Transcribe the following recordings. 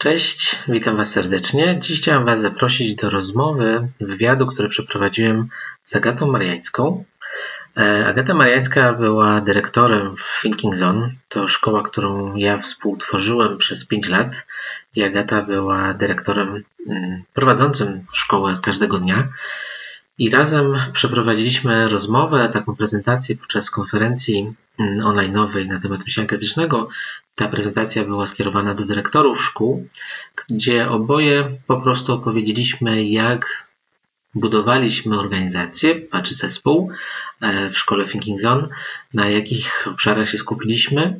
Cześć, witam Was serdecznie. Dziś chciałem Was zaprosić do rozmowy, wywiadu, który przeprowadziłem z Agatą Mariańską. Agata Mariańska była dyrektorem w Thinking Zone. To szkoła, którą ja współtworzyłem przez 5 lat. I Agata była dyrektorem prowadzącym szkołę każdego dnia. I razem przeprowadziliśmy rozmowę, taką prezentację podczas konferencji online'owej na temat myślenia krytycznego. Ta prezentacja była skierowana do dyrektorów szkół, gdzie oboje po prostu opowiedzieliśmy, jak budowaliśmy organizację, czy zespół w szkole Thinking Zone, na jakich obszarach się skupiliśmy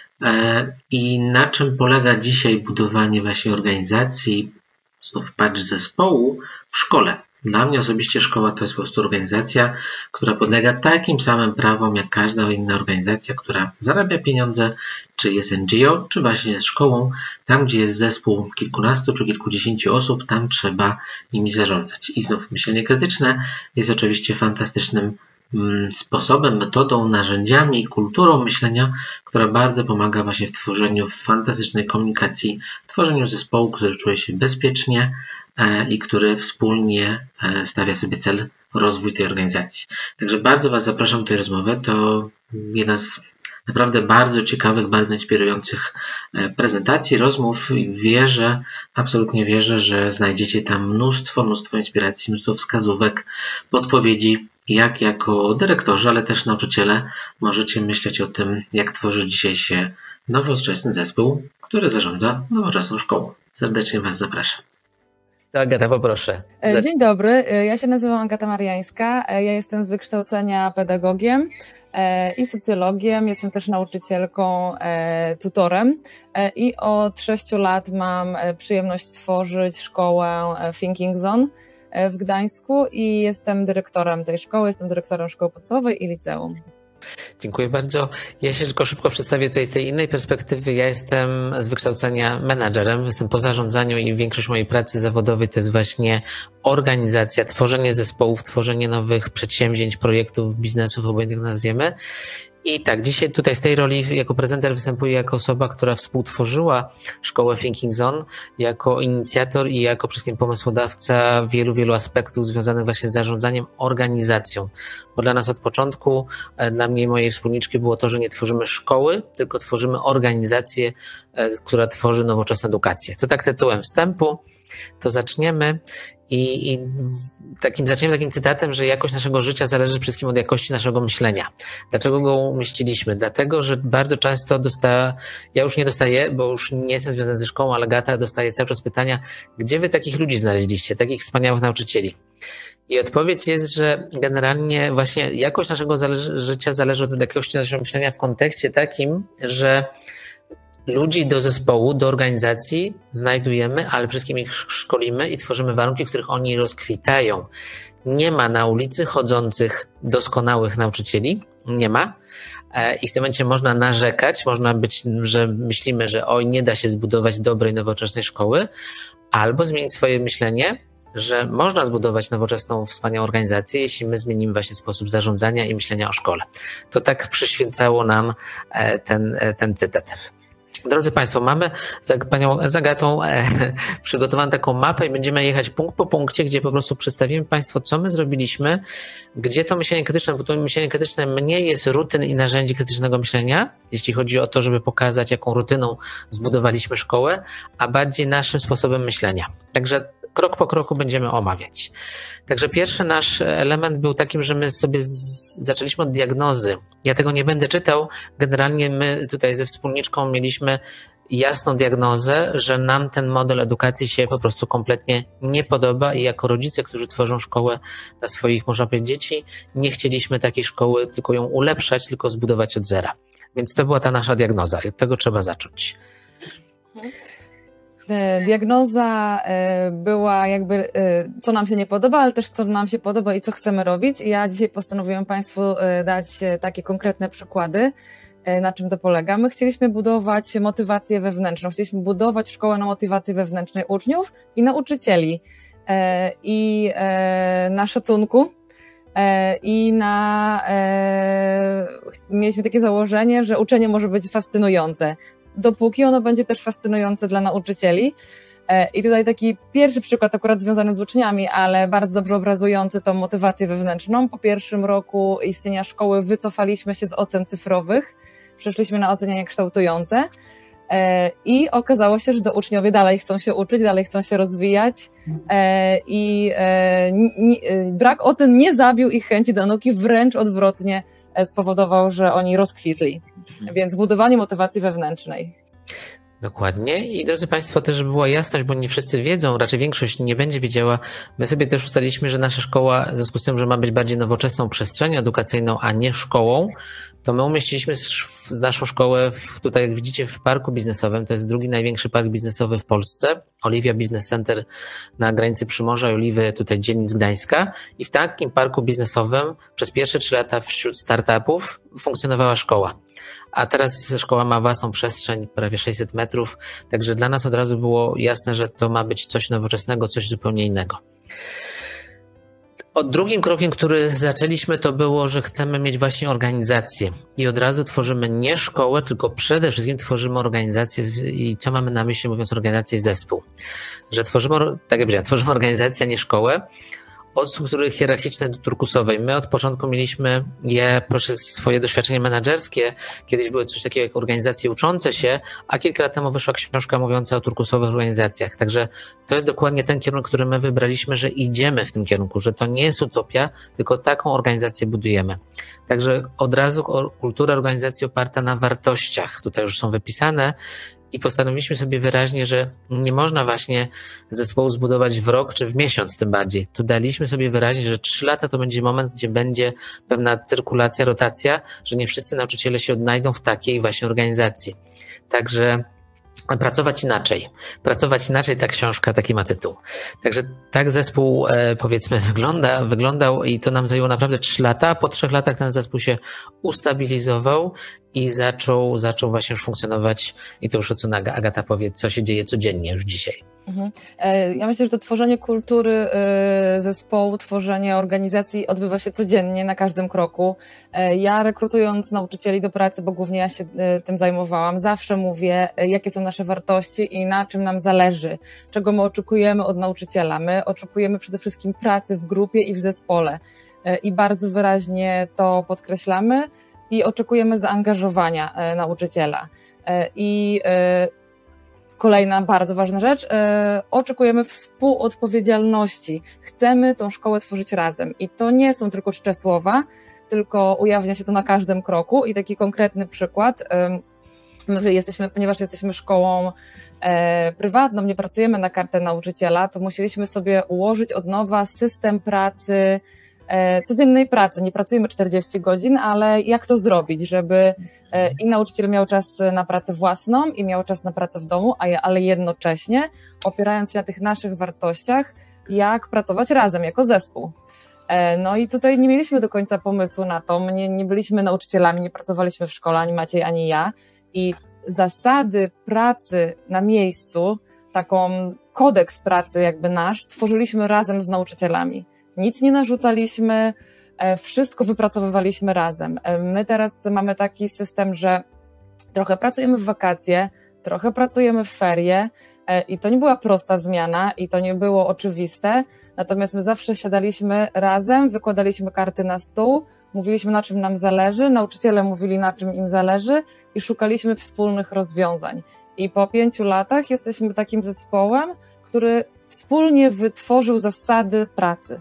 i na czym polega dzisiaj budowanie właśnie organizacji, znów zespołu w szkole. Dla mnie osobiście szkoła to jest po prostu organizacja, która podlega takim samym prawom jak każda inna organizacja, która zarabia pieniądze, czy jest NGO, czy właśnie jest szkołą. Tam, gdzie jest zespół kilkunastu czy kilkudziesięciu osób, tam trzeba nimi zarządzać. I znów myślenie krytyczne jest oczywiście fantastycznym sposobem, metodą, narzędziami, kulturą myślenia, która bardzo pomaga właśnie w tworzeniu fantastycznej komunikacji, tworzeniu zespołu, który czuje się bezpiecznie i który wspólnie stawia sobie cel rozwój tej organizacji. Także bardzo Was zapraszam do tej rozmowy. To jedna z naprawdę bardzo ciekawych, bardzo inspirujących prezentacji, rozmów i absolutnie wierzę, że znajdziecie tam mnóstwo inspiracji, mnóstwo wskazówek, podpowiedzi, jak jako dyrektorzy, ale też nauczyciele możecie myśleć o tym, jak tworzy dzisiaj się nowoczesny zespół, który zarządza nowoczesną szkołą. Serdecznie Was zapraszam. To Agata, poproszę. Dzień dobry, ja się nazywam Agata Mariańska, ja jestem z wykształcenia pedagogiem i socjologiem, jestem też nauczycielką, tutorem i od 6 lat mam przyjemność tworzyć szkołę Thinking Zone w Gdańsku i jestem dyrektorem tej szkoły, jestem dyrektorem szkoły podstawowej i liceum. Dziękuję bardzo. Ja się tylko szybko przedstawię tutaj z tej innej perspektywy. Ja jestem z wykształcenia menadżerem, jestem po zarządzaniu i większość mojej pracy zawodowej to jest właśnie organizacja, tworzenie zespołów, tworzenie nowych przedsięwzięć, projektów, biznesów, obojętnie nazwiemy. I tak, dzisiaj tutaj w tej roli jako prezenter występuję jako osoba, która współtworzyła szkołę Thinking Zone, jako inicjator i jako przede wszystkim pomysłodawca wielu aspektów związanych właśnie z zarządzaniem organizacją. Bo dla nas od początku, dla mnie i mojej wspólniczki było to, że nie tworzymy szkoły, tylko tworzymy organizację, która tworzy nowoczesną edukację. To tak tytułem wstępu, to zaczniemy. I zaczniemy takim cytatem, że jakość naszego życia zależy przede wszystkim od jakości naszego myślenia. Dlaczego go umieściliśmy? Dlatego, że bardzo często ja już nie dostaję, bo już nie jestem związany ze szkołą, ale Agata dostaje cały czas pytania, gdzie wy takich ludzi znaleźliście, takich wspaniałych nauczycieli? I odpowiedź jest, że generalnie właśnie jakość naszego życia zależy od jakości naszego myślenia w kontekście takim, że ludzi do zespołu, do organizacji znajdujemy, ale przede wszystkim ich szkolimy i tworzymy warunki, w których oni rozkwitają. Nie ma na ulicy chodzących doskonałych nauczycieli, nie ma. I w tym momencie można narzekać, można być, że myślimy, że nie da się zbudować dobrej, nowoczesnej szkoły, albo zmienić swoje myślenie, że można zbudować nowoczesną, wspaniałą organizację, jeśli my zmienimy właśnie sposób zarządzania i myślenia o szkole. To tak przyświecało nam ten cytat. Drodzy Państwo, mamy z panią Agatą przygotowaną taką mapę i będziemy jechać punkt po punkcie, gdzie po prostu przedstawimy Państwu, co my zrobiliśmy, gdzie to myślenie krytyczne, bo to myślenie krytyczne mniej jest rutyn i narzędzi krytycznego myślenia, jeśli chodzi o to, żeby pokazać, jaką rutyną zbudowaliśmy szkołę, a bardziej naszym sposobem myślenia. Także krok po kroku będziemy omawiać. Także pierwszy nasz element był takim, że my sobie zaczęliśmy od diagnozy. Ja tego nie będę czytał. Generalnie my tutaj ze wspólniczką mieliśmy jasną diagnozę, że nam ten model edukacji się po prostu kompletnie nie podoba i jako rodzice, którzy tworzą szkołę dla swoich, można powiedzieć, dzieci, nie chcieliśmy takiej szkoły tylko ją ulepszać, tylko zbudować od zera. Więc to była ta nasza diagnoza i od tego trzeba zacząć. Diagnoza była jakby, co nam się nie podoba, ale też co nam się podoba i co chcemy robić. I ja dzisiaj postanowiłam Państwu dać takie konkretne przykłady, na czym to polega. My chcieliśmy budować motywację wewnętrzną, chcieliśmy budować szkołę na motywacji wewnętrznej uczniów i nauczycieli i na szacunku. I mieliśmy takie założenie, że uczenie może być fascynujące. dopóki ono będzie też fascynujące dla nauczycieli. I tutaj taki pierwszy przykład akurat związany z uczniami, ale bardzo dobrze obrazujący tą motywację wewnętrzną. Po pierwszym roku istnienia szkoły wycofaliśmy się z ocen cyfrowych, przeszliśmy na ocenianie kształtujące i okazało się, że to uczniowie dalej chcą się uczyć, dalej chcą się rozwijać i brak ocen nie zabił ich chęci do nauki, wręcz odwrotnie spowodował, że oni rozkwitli. Więc budowanie motywacji wewnętrznej. Dokładnie. I drodzy Państwo, też żeby była jasność, bo nie wszyscy wiedzą, raczej większość nie będzie wiedziała. My sobie też ustaliliśmy, że nasza szkoła, w związku z tym, że ma być bardziej nowoczesną przestrzenią edukacyjną, a nie szkołą, to my umieściliśmy naszą szkołę tutaj, jak widzicie, w parku biznesowym. To jest drugi największy park biznesowy w Polsce. Oliwia Business Center na granicy Przymorza i Oliwy, tutaj dzielnic Gdańska. I w takim parku biznesowym przez pierwsze 3 lata wśród startupów funkcjonowała szkoła. A teraz szkoła ma własną przestrzeń, prawie 600 metrów, także dla nas od razu było jasne, że to ma być coś nowoczesnego, coś zupełnie innego. Drugim krokiem, który zaczęliśmy, to było, że chcemy mieć właśnie organizację i od razu tworzymy nie szkołę, tylko przede wszystkim tworzymy organizację i co mamy na myśli, mówiąc organizację, zespół. Że tworzymy, tak jak powiedziałem, tworzymy organizację, a nie szkołę. Od struktury hierarchicznej do turkusowej. My od początku mieliśmy przez swoje doświadczenie menedżerskie, kiedyś były coś takiego jak organizacje uczące się, a kilka lat temu wyszła książka mówiąca o turkusowych organizacjach. Także to jest dokładnie ten kierunek, który my wybraliśmy, że idziemy w tym kierunku, że to nie jest utopia, tylko taką organizację budujemy. Także od razu kultura organizacji oparta na wartościach, tutaj już są wypisane, i postanowiliśmy sobie wyraźnie, że nie można właśnie zespołu zbudować w rok czy w miesiąc tym bardziej. Tu daliśmy sobie wyraźnie, że 3 lata to będzie moment, gdzie będzie pewna cyrkulacja, rotacja, że nie wszyscy nauczyciele się odnajdą w takiej właśnie organizacji. Także pracować inaczej. Pracować inaczej, ta książka, taki ma tytuł. Także tak zespół, powiedzmy, wyglądał i to nam zajęło naprawdę 3 lata. Po 3 latach ten zespół się ustabilizował i zaczął właśnie już funkcjonować. I to już o co Agata powie, co się dzieje codziennie już dzisiaj. Ja myślę, że to tworzenie kultury zespołu, tworzenie organizacji odbywa się codziennie, na każdym kroku. Ja rekrutując nauczycieli do pracy, bo głównie ja się tym zajmowałam, zawsze mówię, jakie są nasze wartości i na czym nam zależy, czego my oczekujemy od nauczyciela. My oczekujemy przede wszystkim pracy w grupie i w zespole i bardzo wyraźnie to podkreślamy i oczekujemy zaangażowania nauczyciela. I kolejna bardzo ważna rzecz, oczekujemy współodpowiedzialności. Chcemy tą szkołę tworzyć razem i to nie są tylko czcze słowa, tylko ujawnia się to na każdym kroku i taki konkretny przykład. Ponieważ jesteśmy szkołą prywatną, nie pracujemy na kartę nauczyciela, to musieliśmy sobie ułożyć od nowa system pracy, codziennej pracy. Nie pracujemy 40 godzin, ale jak to zrobić, żeby i nauczyciel miał czas na pracę własną i miał czas na pracę w domu, ale jednocześnie opierając się na tych naszych wartościach, jak pracować razem jako zespół. No i tutaj nie mieliśmy do końca pomysłu na to, my nie byliśmy nauczycielami, nie pracowaliśmy w szkole, ani Maciej, ani ja i zasady pracy na miejscu, taką kodeks pracy jakby nasz, tworzyliśmy razem z nauczycielami. Nic nie narzucaliśmy, wszystko wypracowywaliśmy razem. My teraz mamy taki system, że trochę pracujemy w wakacje, trochę pracujemy w ferie i to nie była prosta zmiana i to nie było oczywiste, natomiast my zawsze siadaliśmy razem, wykładaliśmy karty na stół, mówiliśmy na czym nam zależy, nauczyciele mówili na czym im zależy i szukaliśmy wspólnych rozwiązań. I po 5 latach jesteśmy takim zespołem, który wspólnie wytworzył zasady pracy.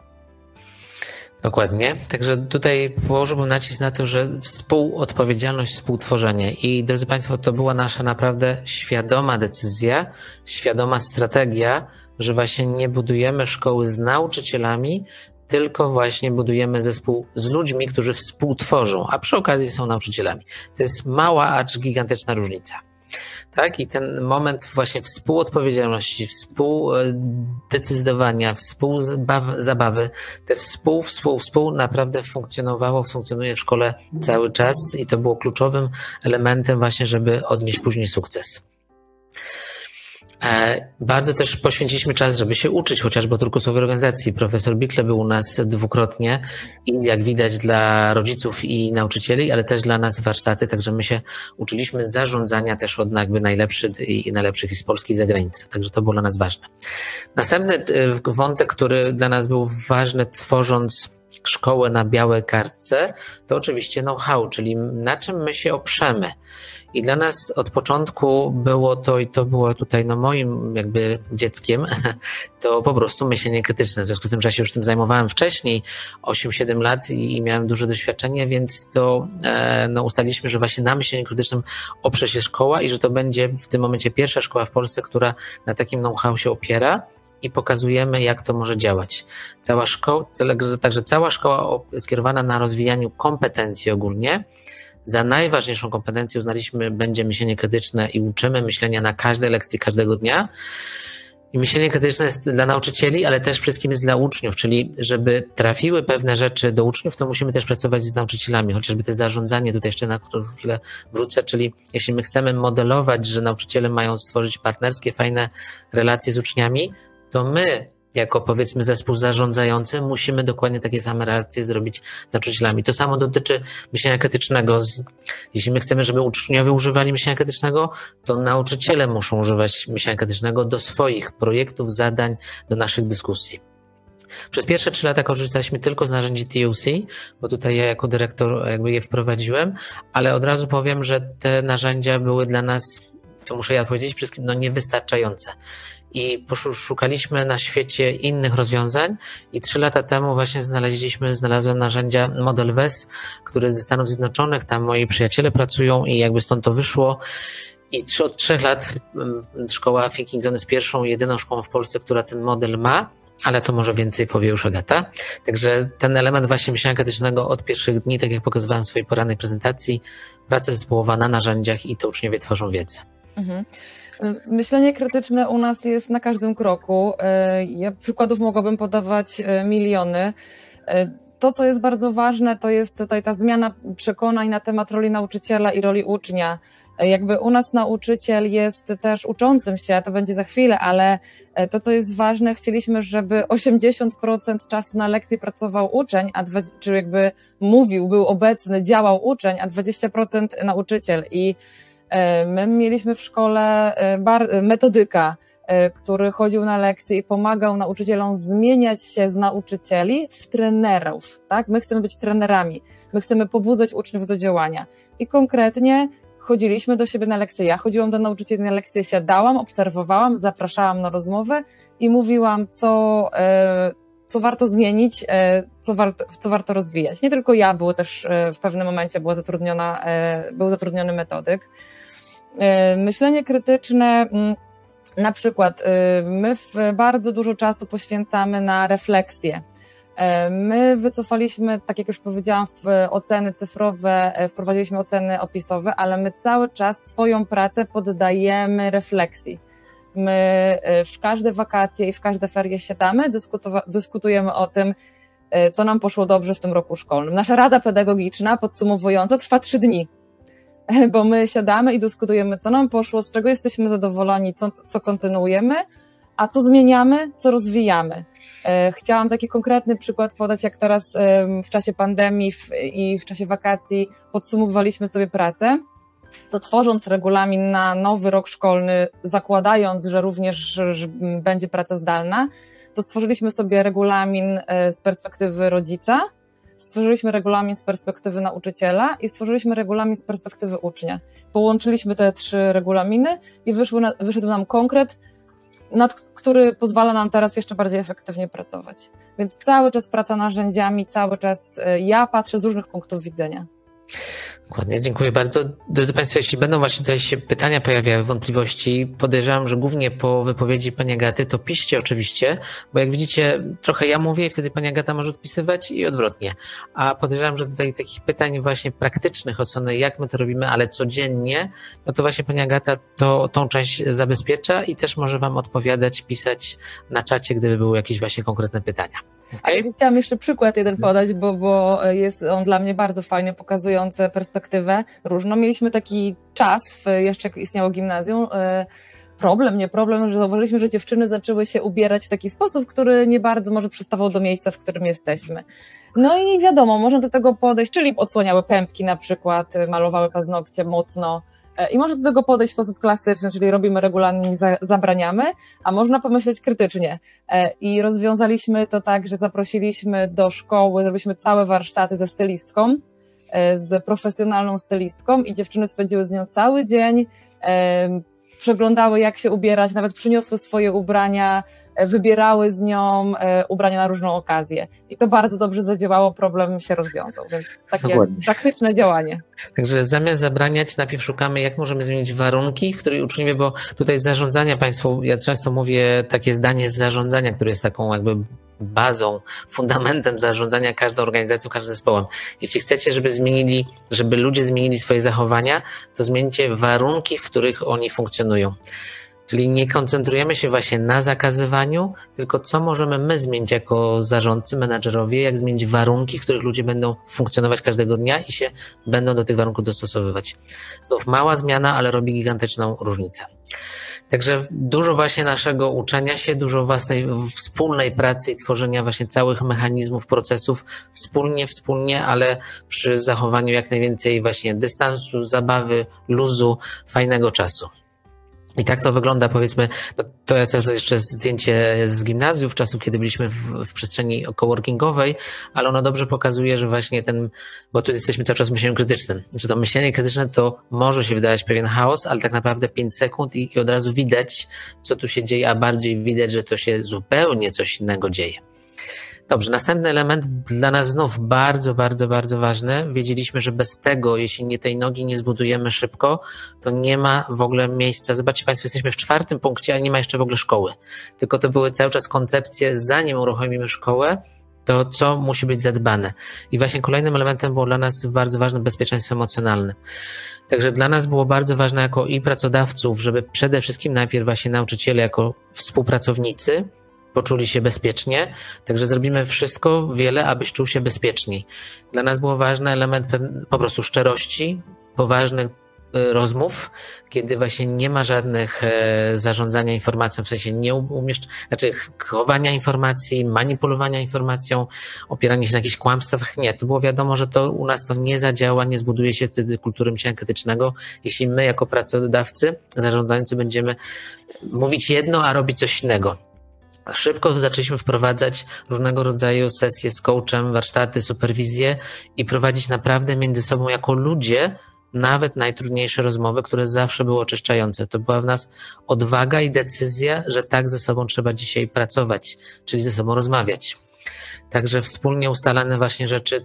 Dokładnie. Także tutaj położyłbym nacisk na to, że współodpowiedzialność, współtworzenie. I drodzy Państwo, to była nasza naprawdę świadoma decyzja, świadoma strategia, że właśnie nie budujemy szkoły z nauczycielami, tylko właśnie budujemy zespół z ludźmi, którzy współtworzą, a przy okazji są nauczycielami. To jest mała, acz gigantyczna różnica. Tak? I ten moment właśnie współodpowiedzialności, współdecydowania, współzabawy, te współ naprawdę funkcjonuje w szkole cały czas i to było kluczowym elementem właśnie, żeby odnieść później sukces. Bardzo też poświęciliśmy czas, żeby się uczyć, chociażby o turkusowej organizacji. Profesor Bikle był u nas dwukrotnie i jak widać dla rodziców i nauczycieli, ale też dla nas warsztaty, także my się uczyliśmy zarządzania też od jakby najlepszych z Polski i z zagranicy, także to było dla nas ważne. Następny wątek, który dla nas był ważny, tworząc szkołę na białej kartce, to oczywiście know-how, czyli na czym my się oprzemy. I dla nas od początku było to, i to było tutaj moim jakby dzieckiem, to po prostu myślenie krytyczne. W związku z tym, że ja się już tym zajmowałem wcześniej, 8-7 lat i miałem duże doświadczenie, więc to ustaliliśmy, że właśnie na myśleniu krytycznym oprze się szkoła i że to będzie w tym momencie pierwsza szkoła w Polsce, która na takim know-how się opiera i pokazujemy, jak to może działać. Także cała szkoła skierowana na rozwijaniu kompetencji ogólnie. Za najważniejszą kompetencję uznaliśmy będzie myślenie krytyczne i uczymy myślenia na każdej lekcji, każdego dnia. I myślenie krytyczne jest dla nauczycieli, ale też wszystkim jest dla uczniów, czyli żeby trafiły pewne rzeczy do uczniów, to musimy też pracować z nauczycielami, chociażby to zarządzanie, tutaj jeszcze na chwilę wrócę, czyli jeśli my chcemy modelować, że nauczyciele mają stworzyć partnerskie, fajne relacje z uczniami, to my jako powiedzmy zespół zarządzający musimy dokładnie takie same relacje zrobić z nauczycielami. To samo dotyczy myślenia krytycznego. Jeśli my chcemy, żeby uczniowie używali myślenia krytycznego, to nauczyciele muszą używać myślenia krytycznego do swoich projektów, zadań, do naszych dyskusji. Przez pierwsze 3 lata korzystaliśmy tylko z narzędzi TUC, bo tutaj ja jako dyrektor jakby je wprowadziłem, ale od razu powiem, że te narzędzia były dla nas, to muszę ja powiedzieć wszystkim, niewystarczające. I szukaliśmy na świecie innych rozwiązań i 3 lata temu właśnie znalazłem narzędzia Model WES, który ze Stanów Zjednoczonych, tam moi przyjaciele pracują i jakby stąd to wyszło. I od 3 lat szkoła Thinking Zone jest pierwszą, jedyną szkołą w Polsce, która ten model ma, ale to może więcej powie już Agata. Także ten element właśnie myślenia krytycznego od pierwszych dni, tak jak pokazywałem w swojej porannej prezentacji, praca zespołowa na narzędziach i to uczniowie tworzą wiedzę. Mhm. Myślenie krytyczne u nas jest na każdym kroku. Ja przykładów mogłabym podawać miliony. To, co jest bardzo ważne, to jest tutaj ta zmiana przekonań na temat roli nauczyciela i roli ucznia. Jakby u nas nauczyciel jest też uczącym się, to będzie za chwilę, ale to, co jest ważne, chcieliśmy, żeby 80% czasu na lekcji pracował uczeń, czy jakby mówił, był obecny, działał uczeń, a 20% nauczyciel. I my mieliśmy w szkole metodyka, który chodził na lekcje i pomagał nauczycielom zmieniać się z nauczycieli w trenerów, tak? My chcemy być trenerami, my chcemy pobudzać uczniów do działania i konkretnie chodziliśmy do siebie na lekcje, ja chodziłam do nauczycieli na lekcje, siadałam, obserwowałam, zapraszałam na rozmowę i mówiłam, co warto zmienić, co warto rozwijać. Nie tylko ja, było też w pewnym momencie był zatrudniony metodyk. Myślenie krytyczne, na przykład my bardzo dużo czasu poświęcamy na refleksję. My wycofaliśmy, tak jak już powiedziałam, w oceny cyfrowe, wprowadziliśmy oceny opisowe, ale my cały czas swoją pracę poddajemy refleksji. My w każde wakacje i w każde ferie siadamy, dyskutujemy o tym, co nam poszło dobrze w tym roku szkolnym. Nasza rada pedagogiczna podsumowująca trwa 3 dni, bo my siadamy i dyskutujemy, co nam poszło, z czego jesteśmy zadowoleni, co kontynuujemy, a co zmieniamy, co rozwijamy. Chciałam taki konkretny przykład podać, jak teraz w czasie pandemii i w czasie wakacji podsumowaliśmy sobie pracę, to tworząc regulamin na nowy rok szkolny, zakładając, że również będzie praca zdalna, to stworzyliśmy sobie regulamin z perspektywy rodzica, stworzyliśmy regulamin z perspektywy nauczyciela i stworzyliśmy regulamin z perspektywy ucznia. Połączyliśmy te 3 regulaminy i wyszedł nam konkret, który pozwala nam teraz jeszcze bardziej efektywnie pracować. Więc cały czas praca narzędziami, cały czas ja patrzę z różnych punktów widzenia. Dokładnie, dziękuję bardzo. Drodzy Państwo, jeśli będą właśnie tutaj się pytania pojawiały, wątpliwości, podejrzewam, że głównie po wypowiedzi Pani Agaty, to piszcie oczywiście, bo jak widzicie, trochę ja mówię i wtedy Pani Agata może odpisywać i odwrotnie. A podejrzewam, że tutaj takich pytań właśnie praktycznych od strony, jak my to robimy, ale codziennie, no to właśnie Pani Agata tą część zabezpiecza i też może Wam odpowiadać, pisać na czacie, gdyby były jakieś właśnie konkretne pytania. Okay. Chciałam jeszcze przykład jeden podać, bo jest on dla mnie bardzo fajny, pokazujący perspektywę różną. Mieliśmy taki czas, jeszcze istniało gimnazjum, nie problem, że zauważyliśmy, że dziewczyny zaczęły się ubierać w taki sposób, który nie bardzo może przystawał do miejsca, w którym jesteśmy. No i wiadomo, można do tego podejść, czyli odsłaniały pępki na przykład, malowały paznokcie mocno i można do tego podejść w sposób klasyczny, czyli robimy regularnie i zabraniamy, a można pomyśleć krytycznie. I rozwiązaliśmy to tak, że zaprosiliśmy do szkoły, zrobiliśmy całe warsztaty ze stylistką, z profesjonalną stylistką i dziewczyny spędziły z nią cały dzień, przeglądały jak się ubierać, nawet przyniosły swoje ubrania, wybierały z nią ubrania na różną okazję. I to bardzo dobrze zadziałało, problem się rozwiązał, więc takie Dokładnie. praktyczne działanie. Także zamiast zabraniać, najpierw szukamy, jak możemy zmienić warunki, w których uczniowie, bo tutaj zarządzania państwu, ja często mówię takie zdanie z zarządzania, które jest taką jakby bazą, fundamentem zarządzania każdą organizacją, każdym zespołem. Jeśli chcecie, żeby ludzie zmienili swoje zachowania, to zmieńcie warunki, w których oni funkcjonują. Czyli nie koncentrujemy się właśnie na zakazywaniu, tylko co możemy my zmienić jako zarządcy, menadżerowie, jak zmienić warunki, w których ludzie będą funkcjonować każdego dnia i się będą do tych warunków dostosowywać. Znów mała zmiana, ale robi gigantyczną różnicę. Także dużo właśnie naszego uczenia się, dużo własnej wspólnej pracy i tworzenia właśnie całych mechanizmów, procesów wspólnie, ale przy zachowaniu jak najwięcej właśnie dystansu, zabawy, luzu, fajnego czasu. I tak to wygląda, powiedzmy, to jest jeszcze zdjęcie z gimnazjów, czasów, kiedy byliśmy w przestrzeni coworkingowej, ale ono dobrze pokazuje, że właśnie bo tu jesteśmy cały czas myśleniem krytycznym, że to myślenie krytyczne to może się wydawać pewien chaos, ale tak naprawdę 5 sekund i od razu widać, co tu się dzieje, a bardziej widać, że to się zupełnie coś innego dzieje. Dobrze, następny element dla nas znów bardzo, bardzo, bardzo ważny. Wiedzieliśmy, że bez tego, jeśli tej nogi nie zbudujemy szybko, to nie ma w ogóle miejsca. Zobaczcie Państwo, jesteśmy w 4. punkcie, a nie ma jeszcze w ogóle szkoły. Tylko to były cały czas koncepcje, zanim uruchomimy szkołę, to co musi być zadbane. I właśnie kolejnym elementem było dla nas bardzo ważne bezpieczeństwo emocjonalne. Także dla nas było bardzo ważne jako i pracodawców, żeby przede wszystkim najpierw właśnie nauczyciele jako współpracownicy poczuli się bezpiecznie, także zrobimy wszystko, wiele, abyś czuł się bezpieczniej. Dla nas był ważny element po prostu szczerości, poważnych rozmów, kiedy właśnie nie ma żadnych zarządzania informacją, w sensie chowania informacji, manipulowania informacją, opierania się na jakichś kłamstwach. Nie, to było wiadomo, że to u nas to nie zadziała, nie zbuduje się wtedy kultury myślenia krytycznego, jeśli my jako pracodawcy, zarządzający będziemy mówić jedno, a robić coś innego. Szybko zaczęliśmy wprowadzać różnego rodzaju sesje z coachem, warsztaty, superwizje i prowadzić naprawdę między sobą jako ludzie nawet najtrudniejsze rozmowy, które zawsze były oczyszczające. To była w nas odwaga i decyzja, że tak ze sobą trzeba dzisiaj pracować, czyli ze sobą rozmawiać. Także wspólnie ustalane właśnie rzeczy,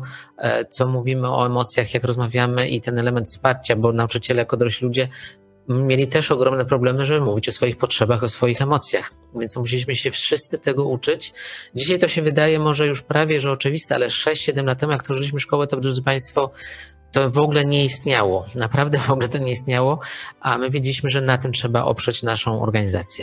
co mówimy o emocjach, jak rozmawiamy i ten element wsparcia, bo nauczyciele jako dorośli ludzie mieli też ogromne problemy, żeby mówić o swoich potrzebach, o swoich emocjach, więc musieliśmy się wszyscy tego uczyć. Dzisiaj to się wydaje może już prawie, że oczywiste, ale 6-7 lat temu, jak tworzyliśmy szkołę, to drodzy Państwo, to w ogóle nie istniało. Naprawdę w ogóle to nie istniało, a my wiedzieliśmy, że na tym trzeba oprzeć naszą organizację.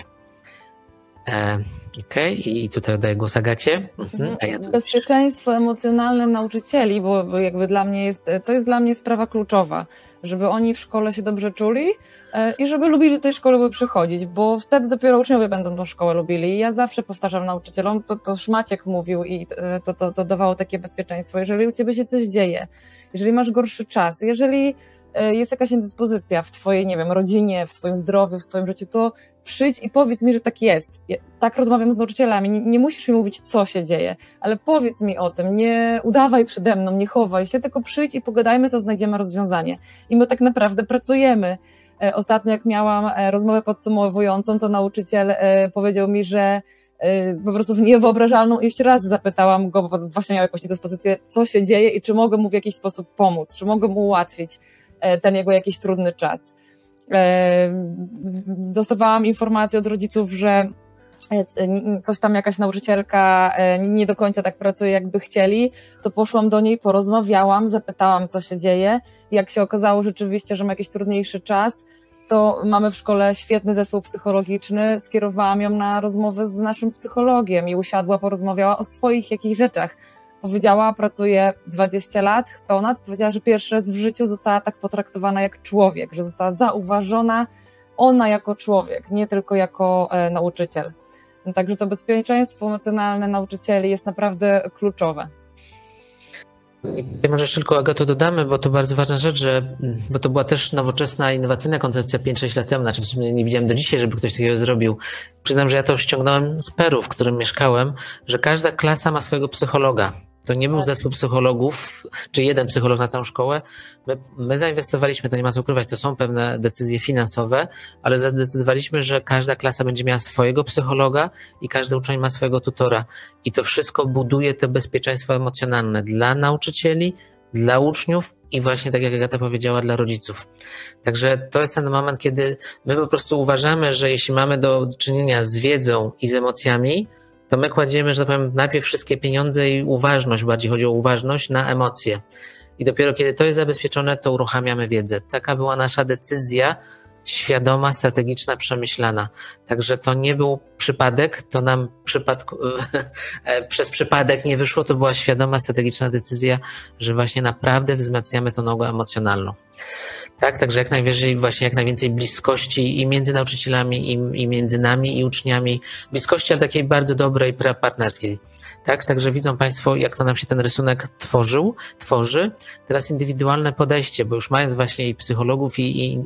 Okej, i tutaj oddaję głos Agacie. Bezpieczeństwo emocjonalne nauczycieli, bo jakby to jest dla mnie sprawa kluczowa, żeby oni w szkole się dobrze czuli i żeby lubili do tej szkoły przychodzić, bo wtedy dopiero uczniowie będą tą szkołę lubili. I ja zawsze powtarzam nauczycielom, to Szmaciek mówił i to dawało takie bezpieczeństwo. Jeżeli u ciebie się coś dzieje, jeżeli masz gorszy czas, jeżeli jest jakaś indyspozycja w twojej, nie wiem, rodzinie, w twoim zdrowiu, w twoim życiu, to przyjdź i powiedz mi, że tak jest. Tak rozmawiam z nauczycielami. Nie musisz mi mówić, co się dzieje, ale powiedz mi o tym. Nie udawaj przede mną, nie chowaj się, tylko przyjdź i pogadajmy, to znajdziemy rozwiązanie. I my tak naprawdę pracujemy. Ostatnio jak miałam rozmowę podsumowującą, to nauczyciel powiedział mi, że po prostu w niewyobrażalną, jeszcze raz zapytałam go, bo właśnie miał jakąś niedyspozycję, co się dzieje i czy mogę mu w jakiś sposób pomóc, czy mogę mu ułatwić ten jego jakiś trudny czas. Dostawałam informację od rodziców, że coś tam jakaś nauczycielka nie do końca tak pracuje, jakby chcieli, to poszłam do niej, porozmawiałam, zapytałam, co się dzieje. Jak się okazało rzeczywiście, że ma jakiś trudniejszy czas, to mamy w szkole świetny zespół psychologiczny, skierowałam ją na rozmowę z naszym psychologiem i usiadła, porozmawiała o swoich jakichś rzeczach. Powiedziała, pracuje 20 lat, ponad, powiedziała, że pierwszy raz w życiu została tak potraktowana jak człowiek, że została zauważona ona jako człowiek, nie tylko jako nauczyciel. Także to bezpieczeństwo emocjonalne nauczycieli jest naprawdę kluczowe. I może jeszcze tylko, Agato, dodamy, bo to bardzo ważna rzecz, bo to była też nowoczesna, innowacyjna koncepcja 5-6 lat temu, znaczy w sumie nie widziałem do dzisiaj, żeby ktoś takiego zrobił. Przyznam, że ja to ściągnąłem z Peru, w którym mieszkałem, że każda klasa ma swojego psychologa. To nie był zespół psychologów, czy jeden psycholog na całą szkołę. My zainwestowaliśmy, to nie ma co ukrywać, to są pewne decyzje finansowe, ale zadecydowaliśmy, że każda klasa będzie miała swojego psychologa i każdy uczeń ma swojego tutora. I to wszystko buduje to bezpieczeństwo emocjonalne dla nauczycieli, dla uczniów i właśnie, tak jak Agata powiedziała, dla rodziców. Także to jest ten moment, kiedy my po prostu uważamy, że jeśli mamy do czynienia z wiedzą i z emocjami, to my kładziemy, że tak powiem, najpierw wszystkie pieniądze i uważność, bardziej chodzi o uważność, na emocje. I dopiero kiedy to jest zabezpieczone, to uruchamiamy wiedzę. Taka była nasza decyzja, świadoma, strategiczna, przemyślana. Także to nie był przypadek, to nam przez przypadek nie wyszło, to była świadoma, strategiczna decyzja, że właśnie naprawdę wzmacniamy tą nogę emocjonalną. Tak, także jak najwięcej bliskości i między nauczycielami, i między nami i uczniami. Bliskości, ale takiej bardzo dobrej, partnerskiej. Tak, także widzą Państwo, jak to nam się ten rysunek tworzy. Teraz indywidualne podejście, bo już mając właśnie i psychologów,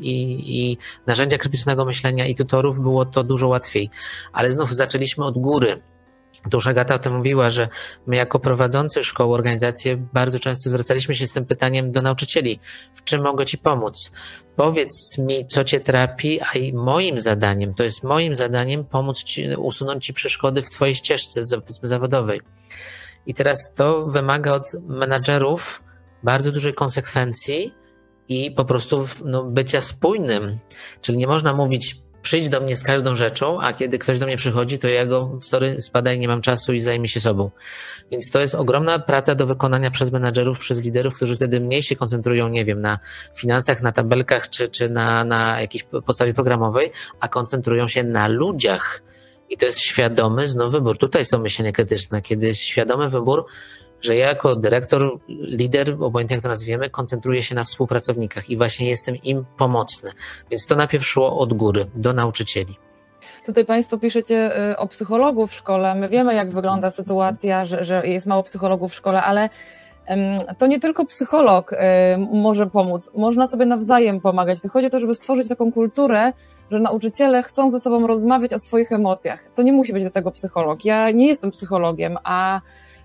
i narzędzia krytycznego myślenia, i tutorów, było to dużo łatwiej. Ale znów zaczęliśmy od góry. To już Agata o tym mówiła, że my jako prowadzący szkoły, organizacje bardzo często zwracaliśmy się z tym pytaniem do nauczycieli. W czym mogę Ci pomóc? Powiedz mi, co Cię trapi, a i moim zadaniem pomóc Ci, usunąć Ci przeszkody w Twojej ścieżce zawodowej. I teraz to wymaga od menadżerów bardzo dużej konsekwencji i po prostu bycia spójnym. Czyli nie można mówić: przyjdź do mnie z każdą rzeczą, a kiedy ktoś do mnie przychodzi, to ja go, spadaj, nie mam czasu i zajmij się sobą. Więc to jest ogromna praca do wykonania przez menadżerów, przez liderów, którzy wtedy mniej się koncentrują, nie wiem, na finansach, na tabelkach, czy na jakiejś podstawie programowej, a koncentrują się na ludziach. I to jest świadomy znów wybór. Tutaj jest to myślenie krytyczne, kiedy jest świadomy wybór, że ja jako dyrektor, lider, obojętnie jak to nazwiemy, koncentruję się na współpracownikach i właśnie jestem im pomocny. Więc to najpierw szło od góry, do nauczycieli. Tutaj Państwo piszecie o psychologów w szkole. My wiemy, jak wygląda sytuacja, że jest mało psychologów w szkole, ale to nie tylko psycholog może pomóc. Można sobie nawzajem pomagać. To chodzi o to, żeby stworzyć taką kulturę, że nauczyciele chcą ze sobą rozmawiać o swoich emocjach. To nie musi być do tego psycholog. Ja nie jestem psychologiem, a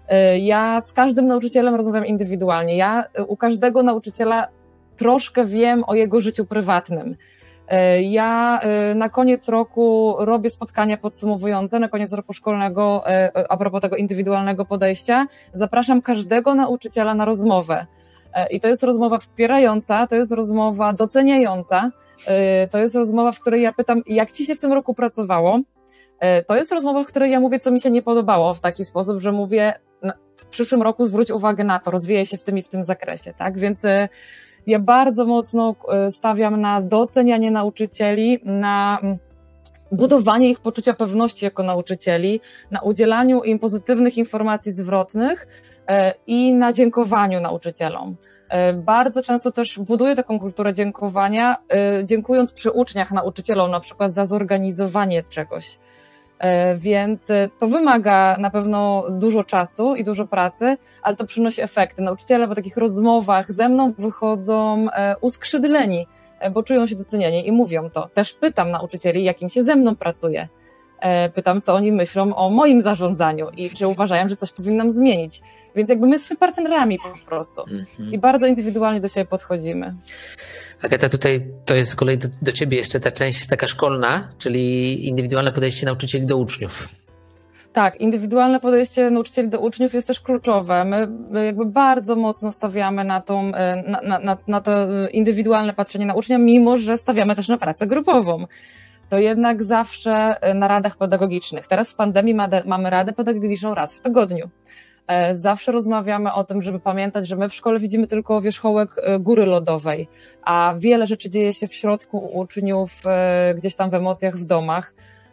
ja z każdym nauczycielem rozmawiam indywidualnie. Ja u każdego nauczyciela troszkę wiem o jego życiu prywatnym. Ja na koniec roku robię spotkania podsumowujące, na koniec roku szkolnego, a propos tego indywidualnego podejścia, zapraszam każdego nauczyciela na rozmowę. I to jest rozmowa wspierająca, to jest rozmowa doceniająca, to jest rozmowa, w której ja pytam, jak Ci się w tym roku pracowało. To jest rozmowa, w której ja mówię, co mi się nie podobało, w taki sposób, że mówię, w przyszłym roku zwróć uwagę na to, rozwijaj się w tym i w tym zakresie, tak? Więc ja bardzo mocno stawiam na docenianie nauczycieli, na budowanie ich poczucia pewności jako nauczycieli, na udzielaniu im pozytywnych informacji zwrotnych i na dziękowaniu nauczycielom. Bardzo często też buduję taką kulturę dziękowania, dziękując przy uczniach nauczycielom, na przykład za zorganizowanie czegoś. Więc to wymaga na pewno dużo czasu i dużo pracy, ale to przynosi efekty. Nauczyciele po takich rozmowach ze mną wychodzą uskrzydleni, bo czują się docenieni i mówią to. Też pytam nauczycieli, jak im się ze mną pracuje. Pytam, co oni myślą o moim zarządzaniu i czy uważają, że coś powinnam zmienić. Więc jakby my jesteśmy partnerami po prostu i bardzo indywidualnie do siebie podchodzimy. Agata, tutaj to jest z kolei do Ciebie jeszcze ta część taka szkolna, czyli indywidualne podejście nauczycieli do uczniów. Tak, indywidualne podejście nauczycieli do uczniów jest też kluczowe. My jakby bardzo mocno stawiamy na to indywidualne patrzenie na ucznia, mimo że stawiamy też na pracę grupową. To jednak zawsze na radach pedagogicznych. Teraz w pandemii mamy radę pedagogiczną raz w tygodniu. Zawsze rozmawiamy o tym, żeby pamiętać, że my w szkole widzimy tylko wierzchołek góry lodowej, a wiele rzeczy dzieje się w środku u uczniów, gdzieś tam w emocjach, w domach.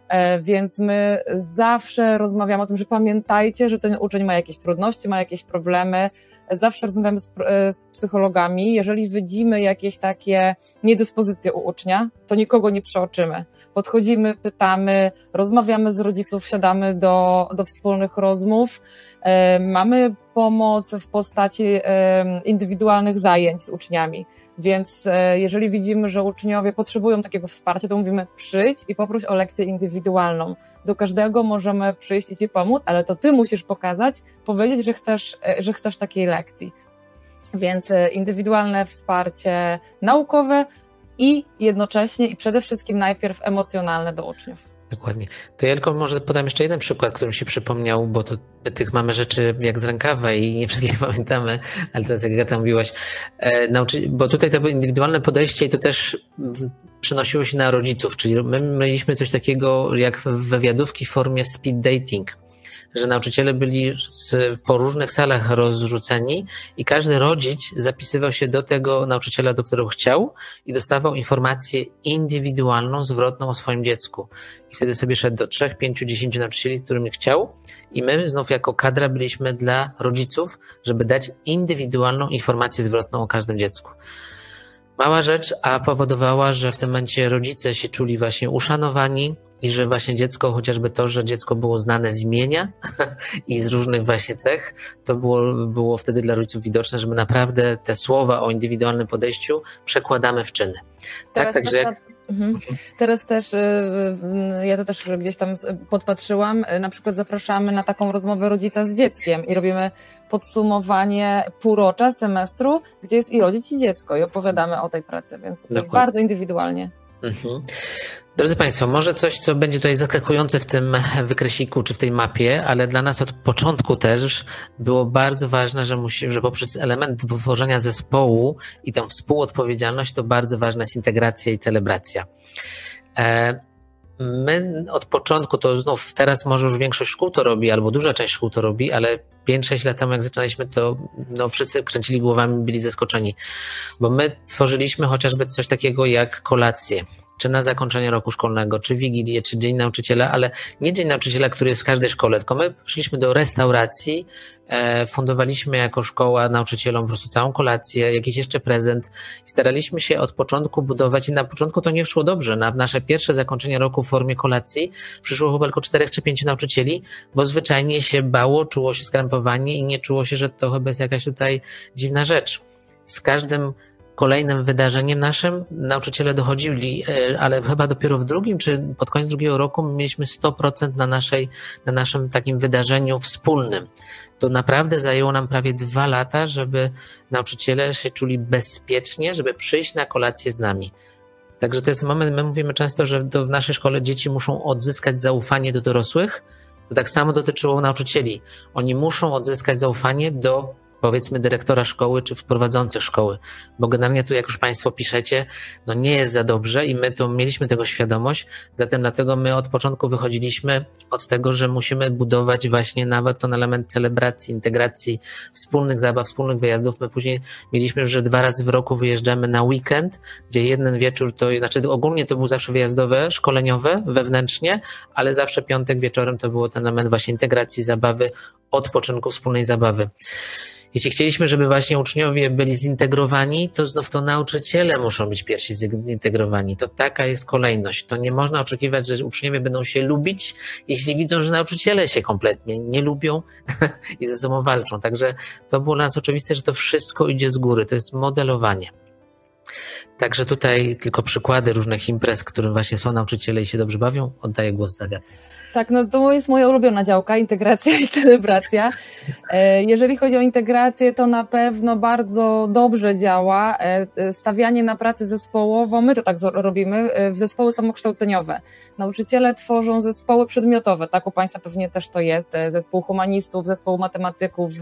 Więc my zawsze rozmawiamy o tym, że pamiętajcie, że ten uczeń ma jakieś trudności, ma jakieś problemy. Zawsze rozmawiamy z psychologami. Jeżeli widzimy jakieś takie niedyspozycje u ucznia, to nikogo nie przeoczymy. Podchodzimy, pytamy, rozmawiamy z rodziców, siadamy do wspólnych rozmów. Mamy pomoc w postaci indywidualnych zajęć z uczniami. Więc jeżeli widzimy, że uczniowie potrzebują takiego wsparcia, to mówimy przyjdź i poproś o lekcję indywidualną. Do każdego możemy przyjść i ci pomóc, ale to ty musisz powiedzieć, że chcesz takiej lekcji. Więc indywidualne wsparcie naukowe i jednocześnie i przede wszystkim najpierw emocjonalne do uczniów. Dokładnie. To ja tylko może podam jeszcze jeden przykład, który mi się przypomniał, bo to tych mamy rzeczy jak z rękawa i nie wszystkie pamiętamy, ale teraz jak Agata mówiłaś, bo tutaj to było indywidualne podejście i to też przenosiło się na rodziców, czyli my mieliśmy coś takiego jak wywiadówki w formie speed dating, że nauczyciele byli po różnych salach rozrzuceni i każdy rodzic zapisywał się do tego nauczyciela, do którego chciał i dostawał informację indywidualną, zwrotną o swoim dziecku. I wtedy sobie szedł do 3, 5, 10 nauczycieli, z którymi chciał i my znów jako kadra byliśmy dla rodziców, żeby dać indywidualną informację zwrotną o każdym dziecku. Mała rzecz, a powodowała, że w tym momencie rodzice się czuli właśnie uszanowani, i że właśnie dziecko, chociażby to, że dziecko było znane z imienia i z różnych właśnie cech, to było wtedy dla rodziców widoczne, że my naprawdę te słowa o indywidualnym podejściu przekładamy w czyny. Teraz też, ja to też gdzieś tam podpatrzyłam, na przykład zapraszamy na taką rozmowę rodzica z dzieckiem i robimy podsumowanie półrocza, semestru, gdzie jest i rodzic, i dziecko i opowiadamy o tej pracy, więc to jest bardzo indywidualnie. Drodzy Państwo, może coś, co będzie tutaj zaskakujące w tym wykresiku czy w tej mapie, ale dla nas od początku też było bardzo ważne, że poprzez element tworzenia zespołu i tą współodpowiedzialność to bardzo ważna jest integracja i celebracja. My od początku, to znów teraz może już większość szkół to robi, albo duża część szkół to robi, ale 5-6 lat temu jak zaczynaliśmy, to wszyscy kręcili głowami, byli zaskoczeni, bo my tworzyliśmy chociażby coś takiego jak kolację, czy na zakończenie roku szkolnego, czy Wigilię, czy Dzień Nauczyciela, ale nie Dzień Nauczyciela, który jest w każdej szkole, tylko my szliśmy do restauracji, fundowaliśmy jako szkoła nauczycielom po prostu całą kolację, jakiś jeszcze prezent i staraliśmy się od początku budować i na początku to nie szło dobrze. Na nasze pierwsze zakończenie roku w formie kolacji przyszło chyba tylko 4 czy 5 nauczycieli, bo zwyczajnie się bało, czuło się skrępowanie i nie czuło się, że to chyba jest jakaś tutaj dziwna rzecz. Z każdym kolejnym wydarzeniem naszym nauczyciele dochodzili, ale chyba dopiero w drugim czy pod koniec drugiego roku mieliśmy 100% na naszym takim wydarzeniu wspólnym. To naprawdę zajęło nam prawie 2 lata, żeby nauczyciele się czuli bezpiecznie, żeby przyjść na kolację z nami. Także to jest moment, my mówimy często, że w naszej szkole dzieci muszą odzyskać zaufanie do dorosłych. To tak samo dotyczyło nauczycieli. Oni muszą odzyskać zaufanie do powiedzmy dyrektora szkoły czy prowadzących szkoły, bo generalnie tu jak już Państwo piszecie, nie jest za dobrze i my to mieliśmy tego świadomość, zatem dlatego my od początku wychodziliśmy od tego, że musimy budować właśnie nawet ten element celebracji, integracji, wspólnych zabaw, wspólnych wyjazdów. My później mieliśmy już, że 2 razy w roku wyjeżdżamy na weekend, gdzie jeden wieczór ogólnie to był zawsze wyjazdowe, szkoleniowe, wewnętrznie, ale zawsze piątek wieczorem to było ten element właśnie integracji, zabawy, odpoczynku, wspólnej zabawy. Jeśli chcieliśmy, żeby właśnie uczniowie byli zintegrowani, to znów to nauczyciele muszą być pierwsi zintegrowani. To taka jest kolejność. To nie można oczekiwać, że uczniowie będą się lubić, jeśli widzą, że nauczyciele się kompletnie nie lubią i ze sobą walczą. Także to było dla nas oczywiste, że to wszystko idzie z góry. To jest modelowanie. Także tutaj tylko przykłady różnych imprez, którym właśnie są nauczyciele i się dobrze bawią. Oddaję głos do Agaty. Tak, to jest moja ulubiona działka, integracja i celebracja. Jeżeli chodzi o integrację, to na pewno bardzo dobrze działa stawianie na pracę zespołową, my to tak robimy, w zespoły samokształceniowe. Nauczyciele tworzą zespoły przedmiotowe, tak u Państwa pewnie też to jest, zespół humanistów, zespół matematyków,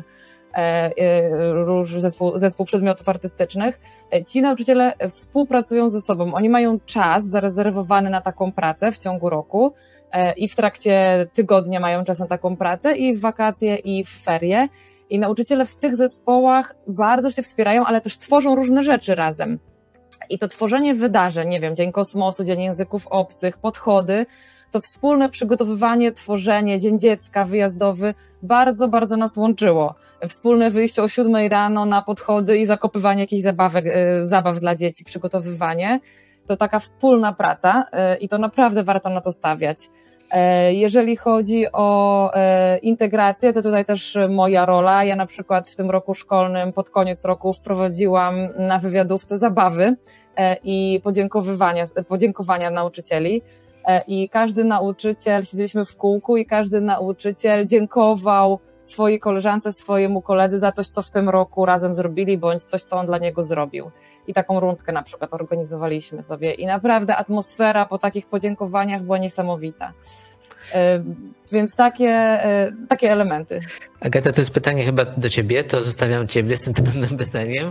zespół przedmiotów artystycznych. Ci nauczyciele współpracują ze sobą, oni mają czas zarezerwowany na taką pracę w ciągu roku, i w trakcie tygodnia mają czas na taką pracę i w wakacje i w ferie i nauczyciele w tych zespołach bardzo się wspierają, ale też tworzą różne rzeczy razem i to tworzenie wydarzeń, nie wiem, Dzień Kosmosu, Dzień Języków Obcych, podchody, to wspólne przygotowywanie, tworzenie, Dzień Dziecka, wyjazdowy, bardzo, bardzo nas łączyło. Wspólne wyjście o 7 rano na podchody i zakopywanie jakichś zabaw dla dzieci, przygotowywanie. To taka wspólna praca i to naprawdę warto na to stawiać. Jeżeli chodzi o integrację, to tutaj też moja rola. Ja na przykład w tym roku szkolnym, pod koniec roku wprowadziłam na wywiadówce zabawy i podziękowania nauczycieli. I każdy nauczyciel, siedzieliśmy w kółku i każdy nauczyciel dziękował swojej koleżance, swojemu koledze za coś, co w tym roku razem zrobili, bądź coś, co on dla niego zrobił. I taką rundkę na przykład organizowaliśmy sobie. I naprawdę atmosfera po takich podziękowaniach była niesamowita. Więc takie elementy. Agata, to jest pytanie chyba do ciebie, to zostawiam ciebie z tym trudnym pytaniem,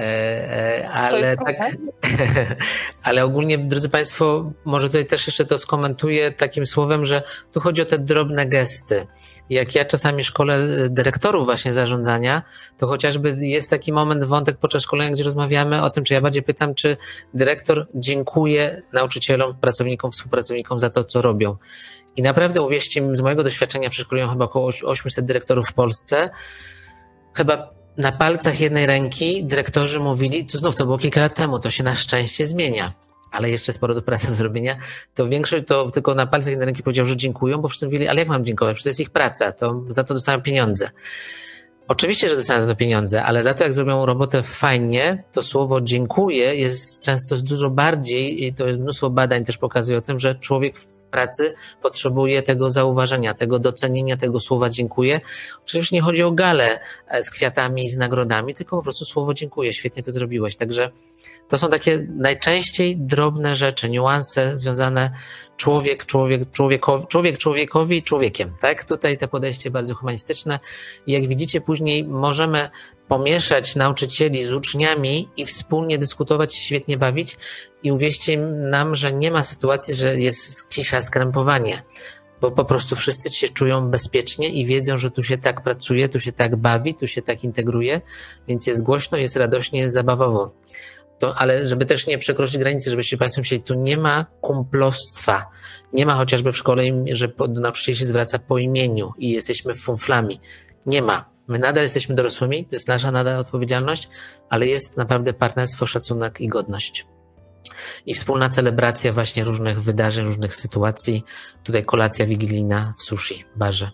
ale ogólnie, drodzy Państwo, może tutaj też jeszcze to skomentuję takim słowem, że tu chodzi o te drobne gesty. Jak ja czasami szkolę dyrektorów właśnie zarządzania, to chociażby jest taki wątek podczas szkolenia, gdzie rozmawiamy o tym, czy ja bardziej pytam, czy dyrektor dziękuje nauczycielom, pracownikom, współpracownikom za to, co robią. I naprawdę, uwierzcie mi, z mojego doświadczenia przeszkoliłem chyba około 800 dyrektorów w Polsce. Chyba na palcach jednej ręki dyrektorzy mówili, to było kilka lat temu, to się na szczęście zmienia, ale jeszcze sporo do pracy do zrobienia, to większość to tylko na palcach jednej ręki powiedział, że dziękują, bo wszyscy mówili, ale jak mam dziękować, przecież to jest ich praca, to za to dostają pieniądze. Oczywiście, że dostają za to pieniądze, ale za to, jak zrobią robotę fajnie, to słowo dziękuję jest często dużo bardziej, i to jest mnóstwo badań też pokazuje o tym, że człowiek w pracy potrzebuje tego zauważenia, tego docenienia, tego słowa dziękuję. Oczywiście nie chodzi o galę z kwiatami i z nagrodami, tylko po prostu słowo dziękuję, świetnie to zrobiłeś. Także to są takie najczęściej drobne rzeczy, niuanse związane człowiek człowiekowi i człowiekiem. Tak? Tutaj te podejście bardzo humanistyczne. I jak widzicie, później możemy pomieszać nauczycieli z uczniami i wspólnie dyskutować, świetnie bawić. I uwierzcie nam, że nie ma sytuacji, że jest cisza, skrępowanie. Bo po prostu wszyscy się czują bezpiecznie i wiedzą, że tu się tak pracuje, tu się tak bawi, tu się tak integruje, więc jest głośno, jest radośnie, jest zabawowo. Ale żeby też nie przekroczyć granicy, żebyście Państwo myśleli, tu nie ma kumplostwa. Nie ma chociażby w szkole, że nauczyciel się zwraca po imieniu i jesteśmy funflami. Nie ma. My nadal jesteśmy dorosłymi, to jest nasza nadal odpowiedzialność, ale jest naprawdę partnerstwo, szacunek i godność. I wspólna celebracja właśnie różnych wydarzeń, różnych sytuacji. Tutaj kolacja wigilijna w sushi barze.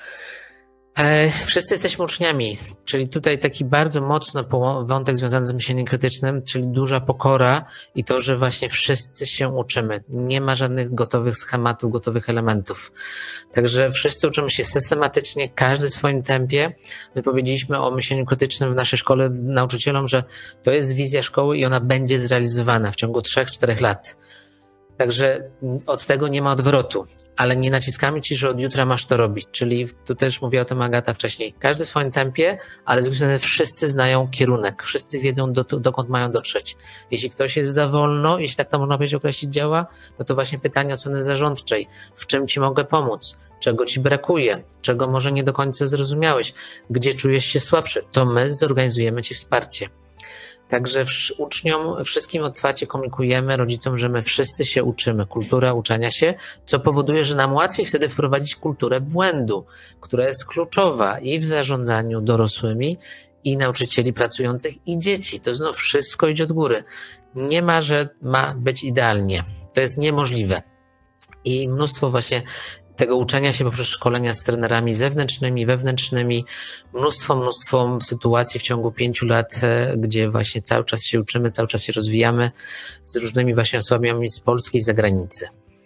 Wszyscy jesteśmy uczniami, czyli tutaj taki bardzo mocno wątek związany z myśleniem krytycznym, czyli duża pokora i to, że właśnie wszyscy się uczymy. Nie ma żadnych gotowych schematów, gotowych elementów. Także wszyscy uczymy się systematycznie, każdy w swoim tempie. My powiedzieliśmy o myśleniu krytycznym w naszej szkole nauczycielom, że to jest wizja szkoły i ona będzie zrealizowana w ciągu 3-4 lat. Także od tego nie ma odwrotu, ale nie naciskamy ci, że od jutra masz to robić. Czyli tu też mówiła o tym Agata wcześniej. Każdy w swoim tempie, ale z drugiej strony wszyscy znają kierunek, wszyscy wiedzą dokąd mają dotrzeć. Jeśli ktoś jest za wolno, jeśli tak to można powiedzieć określić działa, no to właśnie pytanie oceny zarządczej. W czym ci mogę pomóc? Czego ci brakuje? Czego może nie do końca zrozumiałeś? Gdzie czujesz się słabszy? To my zorganizujemy ci wsparcie. Także uczniom wszystkim otwarcie komunikujemy, rodzicom, że my wszyscy się uczymy, kultura uczenia się, co powoduje, że nam łatwiej wtedy wprowadzić kulturę błędu, która jest kluczowa i w zarządzaniu dorosłymi, i nauczycieli pracujących, i dzieci. To znów wszystko idzie od góry. Nie ma, że ma być idealnie. To jest niemożliwe. I mnóstwo właśnie tego uczenia się poprzez szkolenia z trenerami zewnętrznymi, wewnętrznymi, mnóstwo sytuacji w ciągu 5 lat, gdzie właśnie cały czas się uczymy, cały czas się rozwijamy z różnymi właśnie osobami z Polski i z zagranicy.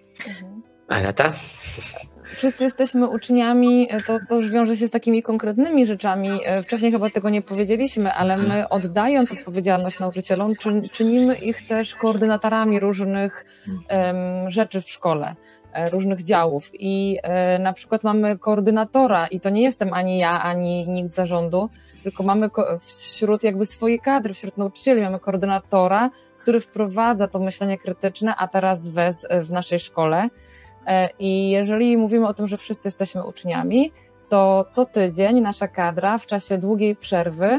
Agata? Wszyscy jesteśmy uczniami, to już wiąże się z takimi konkretnymi rzeczami. Wcześniej chyba tego nie powiedzieliśmy, ale my oddając odpowiedzialność nauczycielom, czynimy ich też koordynatorami różnych rzeczy w szkole, różnych działów. I na przykład mamy koordynatora i to nie jestem ani ja, ani nikt z zarządu, tylko mamy wśród jakby swojej kadry, wśród nauczycieli mamy koordynatora, który wprowadza to myślenie krytyczne, a teraz w naszej szkole. I jeżeli mówimy o tym, że wszyscy jesteśmy uczniami, to co tydzień nasza kadra w czasie długiej przerwy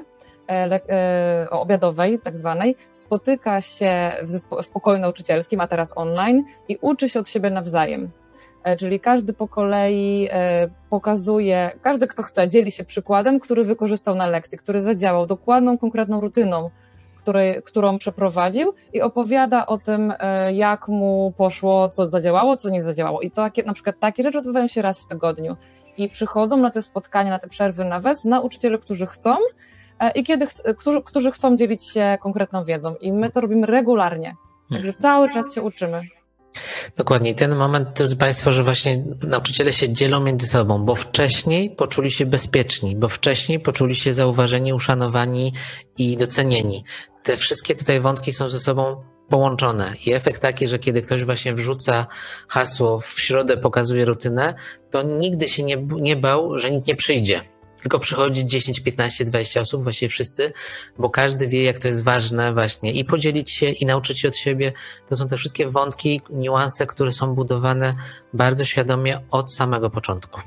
obiadowej tak zwanej spotyka się w pokoju nauczycielskim, a teraz online i uczy się od siebie nawzajem. Czyli każdy po kolei pokazuje, każdy kto chce, dzieli się przykładem, który wykorzystał na lekcji, który zadziałał dokładną, konkretną rutyną, którą przeprowadził i opowiada o tym, jak mu poszło, co zadziałało, co nie zadziałało. I to na przykład takie rzeczy odbywają się raz w tygodniu. I przychodzą na te spotkania, na te przerwy na WES nauczyciele, którzy chcą i którzy chcą dzielić się konkretną wiedzą. I my to robimy regularnie. Także cały czas się uczymy. Dokładnie. I ten moment, drodzy Państwo, że właśnie nauczyciele się dzielą między sobą, bo wcześniej poczuli się bezpieczni, bo wcześniej poczuli się zauważeni, uszanowani i docenieni. Te wszystkie tutaj wątki są ze sobą połączone i efekt taki, że kiedy ktoś właśnie wrzuca hasło, w środę pokazuje rutynę, to nigdy się nie bał, że nikt nie przyjdzie. Tylko przychodzi 10, 15, 20 osób, właściwie wszyscy, bo każdy wie, jak to jest ważne właśnie i podzielić się i nauczyć się od siebie. To są te wszystkie wątki, niuanse, które są budowane bardzo świadomie od samego początku.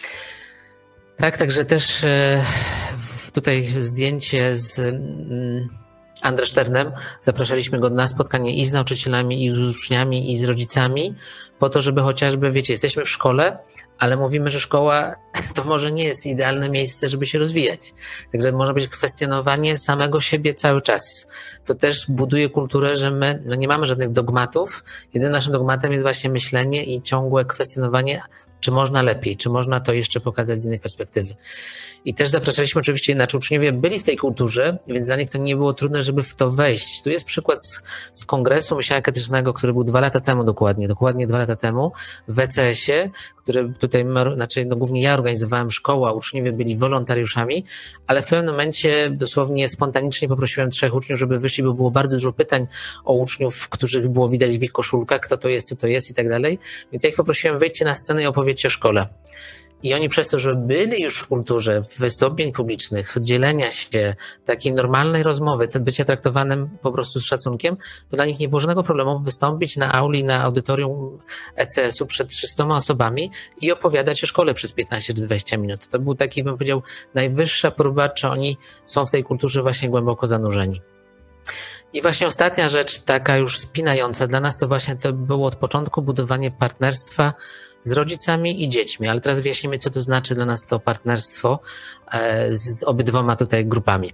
Tak, także też tutaj zdjęcie z André Szternem. Zapraszaliśmy go na spotkanie i z nauczycielami, i z uczniami, i z rodzicami, po to, żeby chociażby, wiecie, jesteśmy w szkole, ale mówimy, że szkoła to może nie jest idealne miejsce, żeby się rozwijać. Także może być kwestionowanie samego siebie cały czas. To też buduje kulturę, że my nie mamy żadnych dogmatów. Jedynym naszym dogmatem jest właśnie myślenie i ciągłe kwestionowanie, czy można lepiej, czy można to jeszcze pokazać z innej perspektywy. I też zapraszaliśmy oczywiście, znaczy uczniowie byli w tej kulturze, więc dla nich to nie było trudne, żeby w to wejść. Tu jest przykład z Kongresu Myślenia Krytycznego, który był 2 lata temu dokładnie 2 lata temu w ECS-ie, który tutaj, znaczy głównie ja organizowałem szkołę, a uczniowie byli wolontariuszami, ale w pewnym momencie dosłownie spontanicznie poprosiłem 3 uczniów, żeby wyszli, bo było bardzo dużo pytań o uczniów, których było widać w ich koszulkach, kto to jest, co to jest i tak dalej. Więc ja ich poprosiłem, wyjdźcie na scenę i opowiedzcie o szkole. I oni przez to, że byli już w kulturze wystąpień publicznych, dzielenia się, takiej normalnej rozmowy, bycia traktowanym po prostu z szacunkiem, to dla nich nie było żadnego problemu wystąpić na auli, na audytorium ECS-u przed 300 osobami i opowiadać o szkole przez 15 czy 20 minut. To był taki, bym powiedział, najwyższa próba, czy oni są w tej kulturze właśnie głęboko zanurzeni. I właśnie ostatnia rzecz, taka już spinająca dla nas, to właśnie to było od początku budowanie partnerstwa z rodzicami i dziećmi, ale teraz wyjaśnimy, co to znaczy dla nas to partnerstwo z obydwoma tutaj grupami.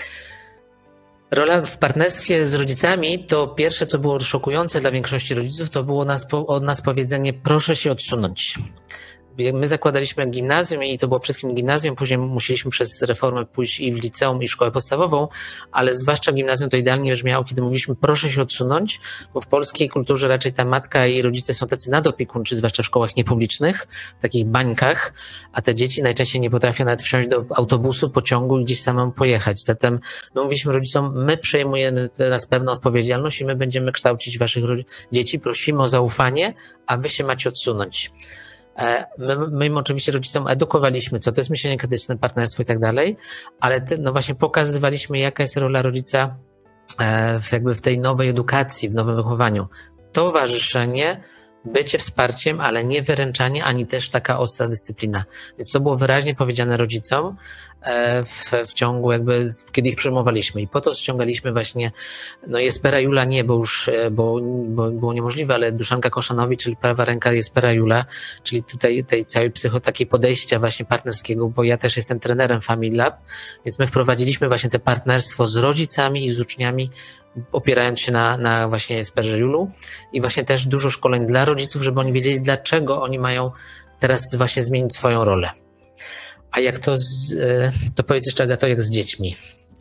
Rola w partnerstwie z rodzicami to pierwsze, co było szokujące dla większości rodziców, to było od nas powiedzenie: proszę się odsunąć. My zakładaliśmy gimnazjum i to było przede wszystkim gimnazjum, później musieliśmy przez reformę pójść i w liceum, i szkołę podstawową, ale zwłaszcza gimnazjum to idealnie brzmiało, kiedy mówiliśmy: proszę się odsunąć, bo w polskiej kulturze raczej ta matka i rodzice są tacy nadopiekuńczy, zwłaszcza w szkołach niepublicznych, w takich bańkach, a te dzieci najczęściej nie potrafią nawet wsiąść do autobusu, pociągu i gdzieś samemu pojechać. Zatem my mówiliśmy rodzicom: my przejmujemy teraz pewną odpowiedzialność i my będziemy kształcić waszych dzieci, prosimy o zaufanie, a wy się macie odsunąć. My im oczywiście rodzicom edukowaliśmy, co to jest myślenie krytyczne, partnerstwo i tak dalej, ale no właśnie pokazywaliśmy, jaka jest rola rodzica jakby w tej nowej edukacji, w nowym wychowaniu. Towarzyszenie, bycie wsparciem, ale nie wyręczanie, ani też taka ostra dyscyplina. Więc to było wyraźnie powiedziane rodzicom w ciągu jakby, kiedy ich przyjmowaliśmy. I po to ściągaliśmy właśnie, no Jespera Jula nie, bo już bo było niemożliwe, ale Duszanka Koszanowicz, czyli prawa ręka Jespera Jula, czyli tutaj tej całej takiej podejścia właśnie partnerskiego, bo ja też jestem trenerem Family Lab, więc my wprowadziliśmy właśnie te partnerstwo z rodzicami i z uczniami, opierając się na właśnie Jesperze Julu i właśnie też dużo szkoleń dla rodziców, żeby oni wiedzieli, dlaczego oni mają teraz właśnie zmienić swoją rolę. A jak to powiedz jeszcze, Agato, jak z dziećmi?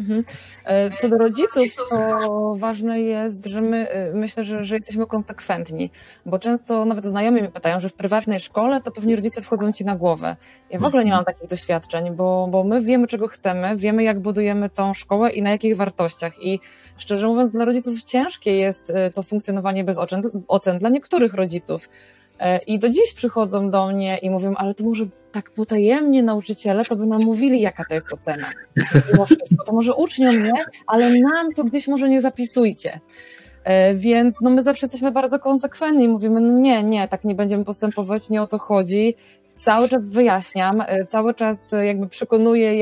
Co do rodziców, to ważne jest, że myślę, że jesteśmy konsekwentni, bo często nawet znajomi mnie pytają, że w prywatnej szkole to pewnie rodzice wchodzą ci na głowę. Ja w ogóle nie mam takich doświadczeń, bo my wiemy, czego chcemy, wiemy, jak budujemy tą szkołę i na jakich wartościach. I szczerze mówiąc, dla rodziców ciężkie jest to funkcjonowanie bez ocen dla niektórych rodziców. I do dziś przychodzą do mnie i mówią: ale to może tak potajemnie nauczyciele to by nam mówili, jaka to jest ocena. Mimo wszystko, to może uczniom nie, ale nam to gdzieś może nie zapisujcie. Więc no my zawsze jesteśmy bardzo konsekwentni, mówimy: no nie, tak nie będziemy postępować, nie o to chodzi. Cały czas wyjaśniam, cały czas jakby przekonuję,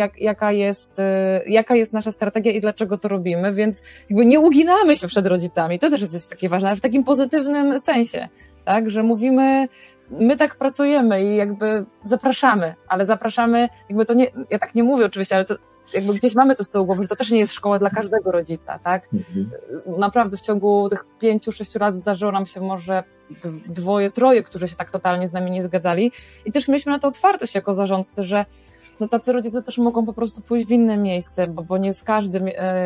jaka jest nasza strategia i dlaczego to robimy, więc jakby nie uginamy się przed rodzicami. To też jest takie ważne, ale w takim pozytywnym sensie. Tak, że mówimy, my tak pracujemy i jakby zapraszamy, ale zapraszamy, jakby to nie, ja tak nie mówię oczywiście, ale to jakby gdzieś mamy to z tyłu głowy, że to też nie jest szkoła dla każdego rodzica, tak? Naprawdę w ciągu tych 5-6 lat zdarzyło nam się może 2-3, którzy się tak totalnie z nami nie zgadzali i też mieliśmy na to otwartość jako zarządcy, że no tacy rodzice też mogą po prostu pójść w inne miejsce, bo nie z każdym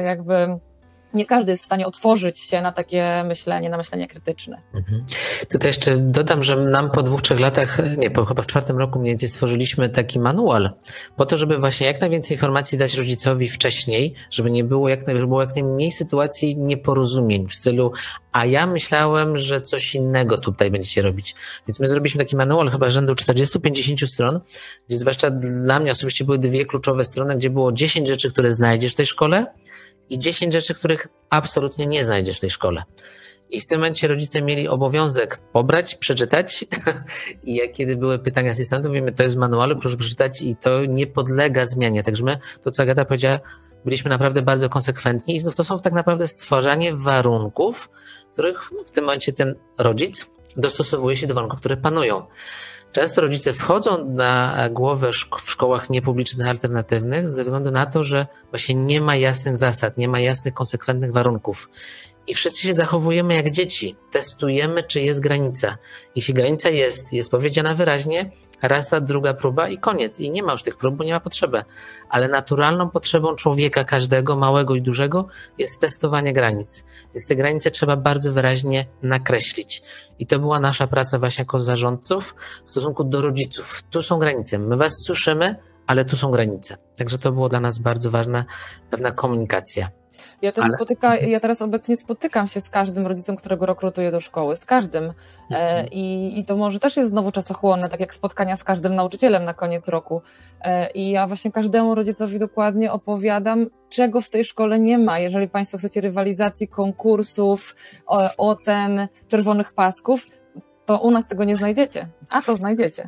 nie każdy jest w stanie otworzyć się na takie myślenie, na myślenie krytyczne. Tutaj jeszcze dodam, że nam po 2-3 latach, chyba w 4. roku mniej więcej stworzyliśmy taki manual po to, żeby właśnie jak najwięcej informacji dać rodzicowi wcześniej, żeby było jak najmniej sytuacji nieporozumień w stylu, a ja myślałem, że coś innego tutaj będziecie robić. Więc my zrobiliśmy taki manual chyba rzędu 40-50 stron, gdzie zwłaszcza dla mnie osobiście były 2 kluczowe strony, gdzie było 10 rzeczy, które znajdziesz w tej szkole i 10 rzeczy, których absolutnie nie znajdziesz w tej szkole. I w tym momencie rodzice mieli obowiązek pobrać, przeczytać i kiedy były pytania z tej strony, to mówimy, to jest w manualu, proszę przeczytać i to nie podlega zmianie. Także my, to co Agata powiedziała, byliśmy naprawdę bardzo konsekwentni i znów to są tak naprawdę stwarzanie warunków, w których w tym momencie ten rodzic dostosowuje się do warunków, które panują. Często rodzice wchodzą na głowę w szkołach niepublicznych, alternatywnych ze względu na to, że właśnie nie ma jasnych zasad, nie ma jasnych, konsekwentnych warunków. I wszyscy się zachowujemy jak dzieci. Testujemy, czy jest granica. Jeśli granica jest powiedziana wyraźnie, raz ta druga próba i koniec. I nie ma już tych prób, bo nie ma potrzeby. Ale naturalną potrzebą człowieka, każdego, małego i dużego, jest testowanie granic. Więc te granice trzeba bardzo wyraźnie nakreślić. I to była nasza praca właśnie jako zarządców w stosunku do rodziców. Tu są granice. My was słyszymy, ale tu są granice. Także to było dla nas bardzo ważna pewna komunikacja. Ja teraz obecnie spotykam się z każdym rodzicem, którego rekrutuję do szkoły, z każdym. I to może też jest znowu czasochłonne, tak jak spotkania z każdym nauczycielem na koniec roku. I ja właśnie każdemu rodzicowi dokładnie opowiadam, czego w tej szkole nie ma. Jeżeli Państwo chcecie rywalizacji, konkursów, ocen, czerwonych pasków, to u nas tego nie znajdziecie. A co znajdziecie?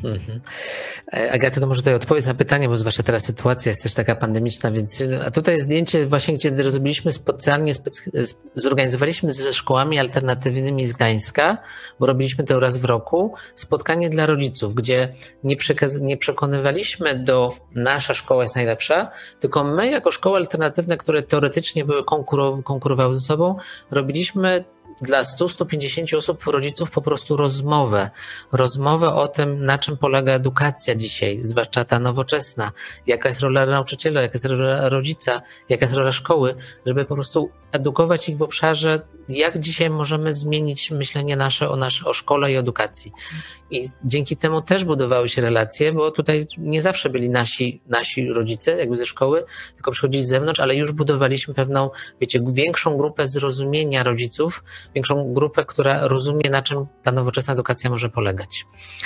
Agata, to może tutaj odpowiedz na pytanie, bo zwłaszcza teraz sytuacja jest też taka pandemiczna, więc a tutaj jest zdjęcie właśnie, gdzie zrobiliśmy specjalnie, zorganizowaliśmy ze szkołami alternatywnymi z Gdańska, bo robiliśmy to raz w roku, spotkanie dla rodziców, gdzie nie przekonywaliśmy nasza szkoła jest najlepsza, tylko my jako szkoły alternatywne, które teoretycznie były konkurowały ze sobą, robiliśmy dla 100-150 osób, rodziców po prostu rozmowę o tym, na czym polega edukacja dzisiaj, zwłaszcza ta nowoczesna, jaka jest rola nauczyciela, jaka jest rola rodzica, jaka jest rola szkoły, żeby po prostu edukować ich w obszarze, jak dzisiaj możemy zmienić myślenie nasze o szkole i edukacji. I dzięki temu też budowały się relacje, bo tutaj nie zawsze byli nasi rodzice jakby ze szkoły, tylko przychodzili z zewnątrz, ale już budowaliśmy pewną, większą grupę zrozumienia rodziców, większą grupę, która rozumie, na czym ta nowoczesna edukacja może polegać.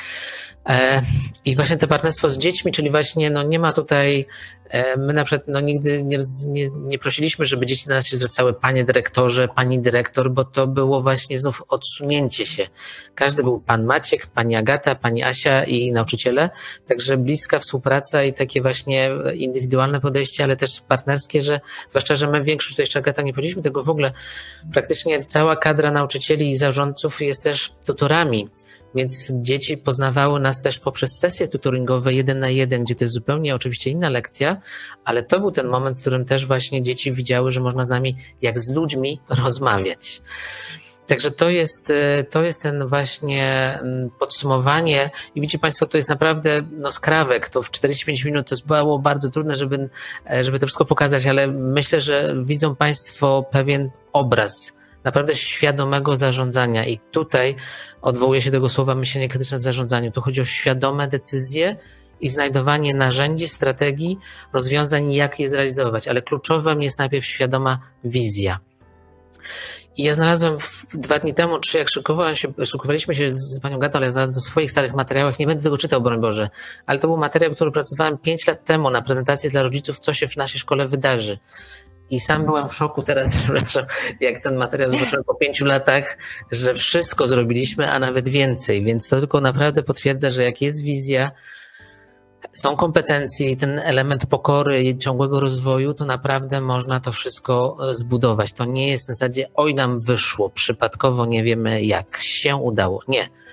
I właśnie to partnerstwo z dziećmi, czyli właśnie nie ma tutaj, my na przykład nigdy nie prosiliśmy, żeby dzieci do nas się zwracały panie dyrektorze, pani dyrektor, bo to było właśnie znów odsunięcie się. Każdy był pan Maciek, pani Agata, pani Asia i nauczyciele, także bliska współpraca i takie właśnie indywidualne podejście, ale też partnerskie, zwłaszcza, że my większość, to jeszcze Agata nie powiedzieliśmy tego w ogóle, praktycznie cała kadra nauczycieli i zarządców jest też tutorami. Więc dzieci poznawały nas też poprzez sesje tutoringowe 1 na 1, gdzie to jest zupełnie oczywiście inna lekcja, ale to był ten moment, w którym też właśnie dzieci widziały, że można z nami jak z ludźmi rozmawiać. Także to jest ten właśnie podsumowanie i widzicie Państwo, to jest naprawdę skrawek, to w 45 minut to było bardzo trudne, żeby to wszystko pokazać, ale myślę, że widzą Państwo pewien obraz naprawdę świadomego zarządzania i tutaj odwołuję się do tego słowa myślenie krytyczne w zarządzaniu. Tu chodzi o świadome decyzje i znajdowanie narzędzi, strategii, rozwiązań, jak je zrealizować, ale kluczowym jest najpierw świadoma wizja. I ja znalazłem 2 dni temu, czy jak szykowaliśmy się z panią Gatą, ale znalazłem w swoich starych materiałach, nie będę tego czytał, broń Boże, ale to był materiał, który pracowałem 5 lat temu na prezentacji dla rodziców, co się w naszej szkole wydarzy. I sam byłem w szoku teraz, jak ten materiał zobaczyłem po 5 latach, że wszystko zrobiliśmy, a nawet więcej. Więc to tylko naprawdę potwierdza, że jak jest wizja, są kompetencje i ten element pokory i ciągłego rozwoju, to naprawdę można to wszystko zbudować. To nie jest na zasadzie, oj nam wyszło, przypadkowo nie wiemy jak się udało. Nie.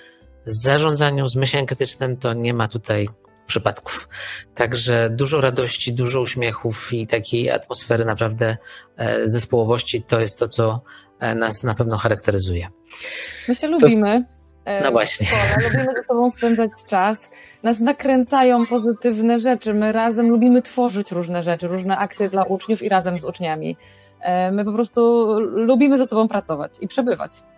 zarządzaniu, z myśleniem krytycznym, to nie ma tutaj przypadków. Także dużo radości, dużo uśmiechów i takiej atmosfery naprawdę zespołowości to jest to, co nas na pewno charakteryzuje. My się lubimy. No właśnie. Lubimy ze sobą spędzać czas. Nas nakręcają pozytywne rzeczy. My razem lubimy tworzyć różne rzeczy, różne akty dla uczniów i razem z uczniami. My po prostu lubimy ze sobą pracować i przebywać.